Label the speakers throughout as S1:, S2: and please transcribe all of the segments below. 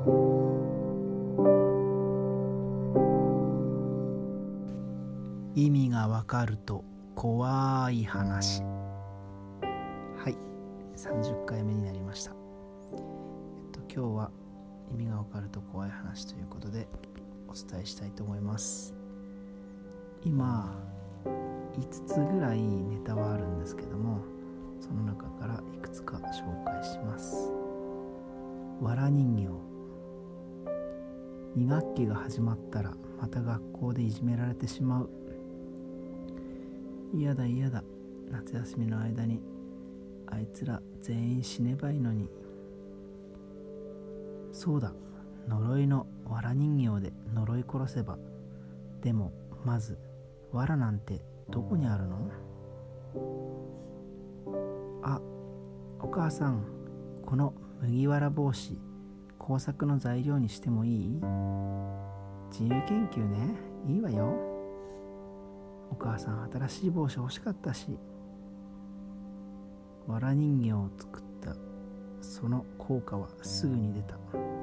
S1: 意味がわかると怖い話。はい、30回目になりました。今日は意味がわかると怖い話ということでお伝えしたいと思います。今5つぐらいネタはあるんですけども、その中からいくつか紹介します。わら人形。2学期が始まったらまた学校でいじめられてしまう。嫌だ、夏休みの間にあいつら全員死ねばいいのに。そうだ、呪いのわら人形で呪い殺せば。でもまずわらなんてどこにあるの？あ、お母さん、この麦わら帽子工作の材料にしてもいい？自由研究ね。いいわよ。お母さん新しい帽子欲しかったし。わら人形を作ったその効果はすぐに出た。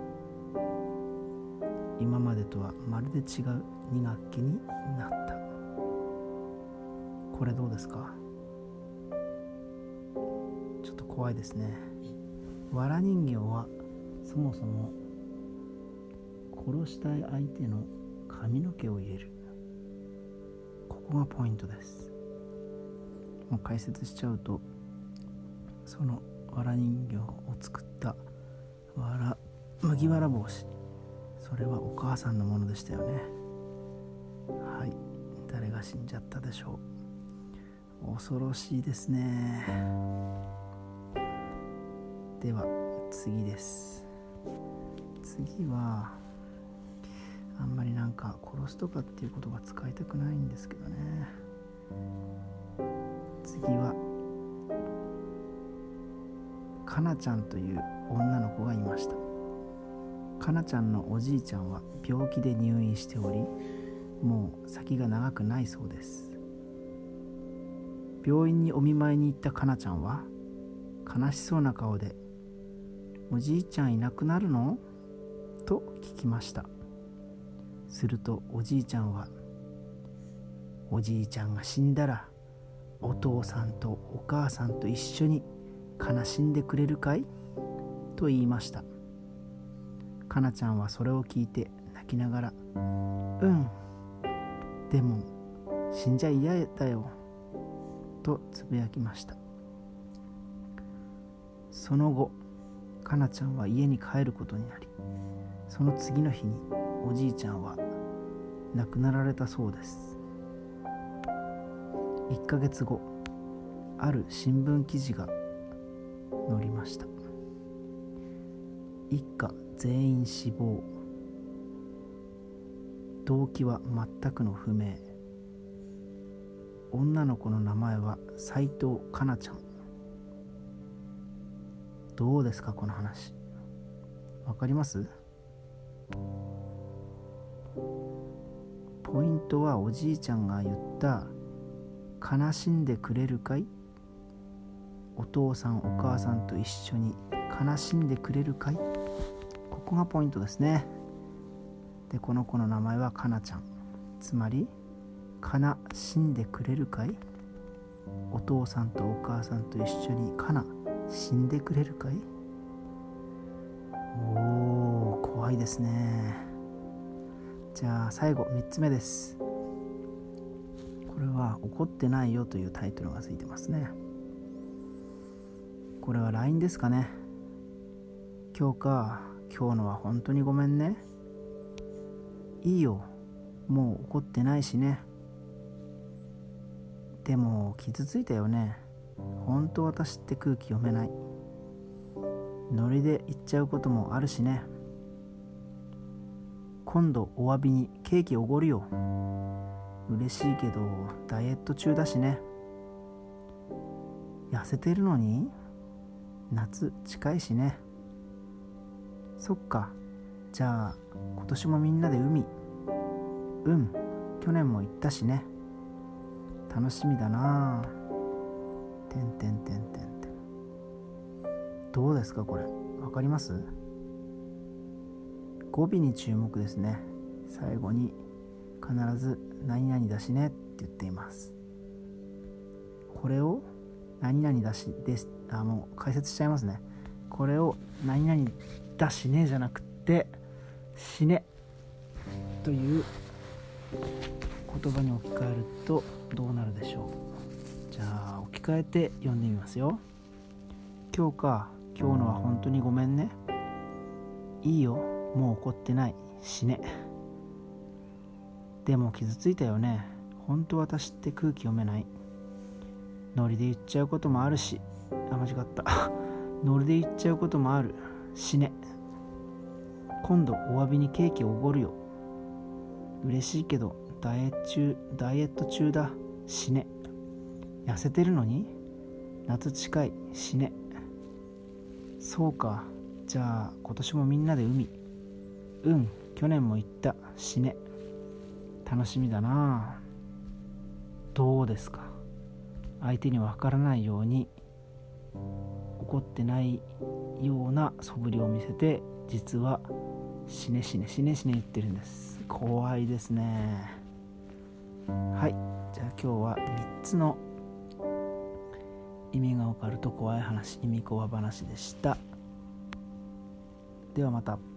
S1: 今までとはまるで違う2学期になった。これどうですか？ちょっと怖いですね。わら人形はそもそも殺したい相手の髪の毛を入れる。ここがポイントです。もう解説しちゃうと、そのわら人形を作った麦わら帽子、それはお母さんのものでしたよね。はい、誰が死んじゃったでしょう。恐ろしいですね。では次です。次はあんまり殺すとかっていうことが使いたくないんですけどね。次はかなちゃんという女の子がいました。かなちゃんのおじいちゃんは病気で入院しており、もう先が長くないそうです。病院にお見舞いに行ったかなちゃんは悲しそうな顔で、おじいちゃんいなくなるの？と聞きました。するとおじいちゃんは、おじいちゃんが死んだらお父さんとお母さんと一緒に悲しんでくれるかい？と言いました。かなちゃんはそれを聞いて泣きながら、でも死んじゃ嫌だよとつぶやきました。その後、かなちゃんは家に帰ることになり、その次の日におじいちゃんは亡くなられたそうです。1ヶ月後、ある新聞記事が載りました。一家全員死亡。動機は全くの不明。女の子の名前は斉藤かなちゃん。どうですか、この話。わかります？ポイントはおじいちゃんが言った悲しんでくれるかい？お父さんお母さんと一緒に悲しんでくれるかい？ここがポイントですね。で、この子の名前はかなちゃん。つまり、悲しんでくれるかい？お父さんとお母さんと一緒に死んでくれるかい？怖いですね。じゃあ最後3つ目です。これは怒ってないよというタイトルがついてますね。これは LINE ですかね。今日のは本当にごめんね。いいよ、もう怒ってないしね。でも傷ついたよね。本当私って空気読めない。ノリで言っちゃうこともあるしね。今度お詫びにケーキおごるよ。嬉しいけどダイエット中だしね。痩せてるのに？夏近いしね。そっか、じゃあ今年もみんなで海。去年も行ったしね。楽しみだな。どうですかこれ、わかります？ 語尾に注目ですね。最後に必ず何々だしねって言っています。これを何々だしです。もう解説しちゃいますね。これを何々だしねじゃなくてしねという言葉に置き換えるとどうなるでしょう。じゃあ置き換えて読んでみますよ。今日のは本当にごめんね。いいよ、もう怒ってない。死ね。でも傷ついたよね。本当私って空気読めない。ノリで言っちゃうこともあるし、間違ったノリで言っちゃうこともある。死ね。今度お詫びにケーキおごるよ。嬉しいけどダイエット中だ。死ね。痩せてるのに夏近い。死ね。そうか、じゃあ今年もみんなで海。去年も行った。死ね。楽しみだな。どうですか。相手には分からないように怒ってないような素振りを見せて、実は死ね死ね死ね死ね言ってるんです。怖いですね。はい、じゃあ今日は3つの意味が分かると怖い話、意味コア話でした。ではまた。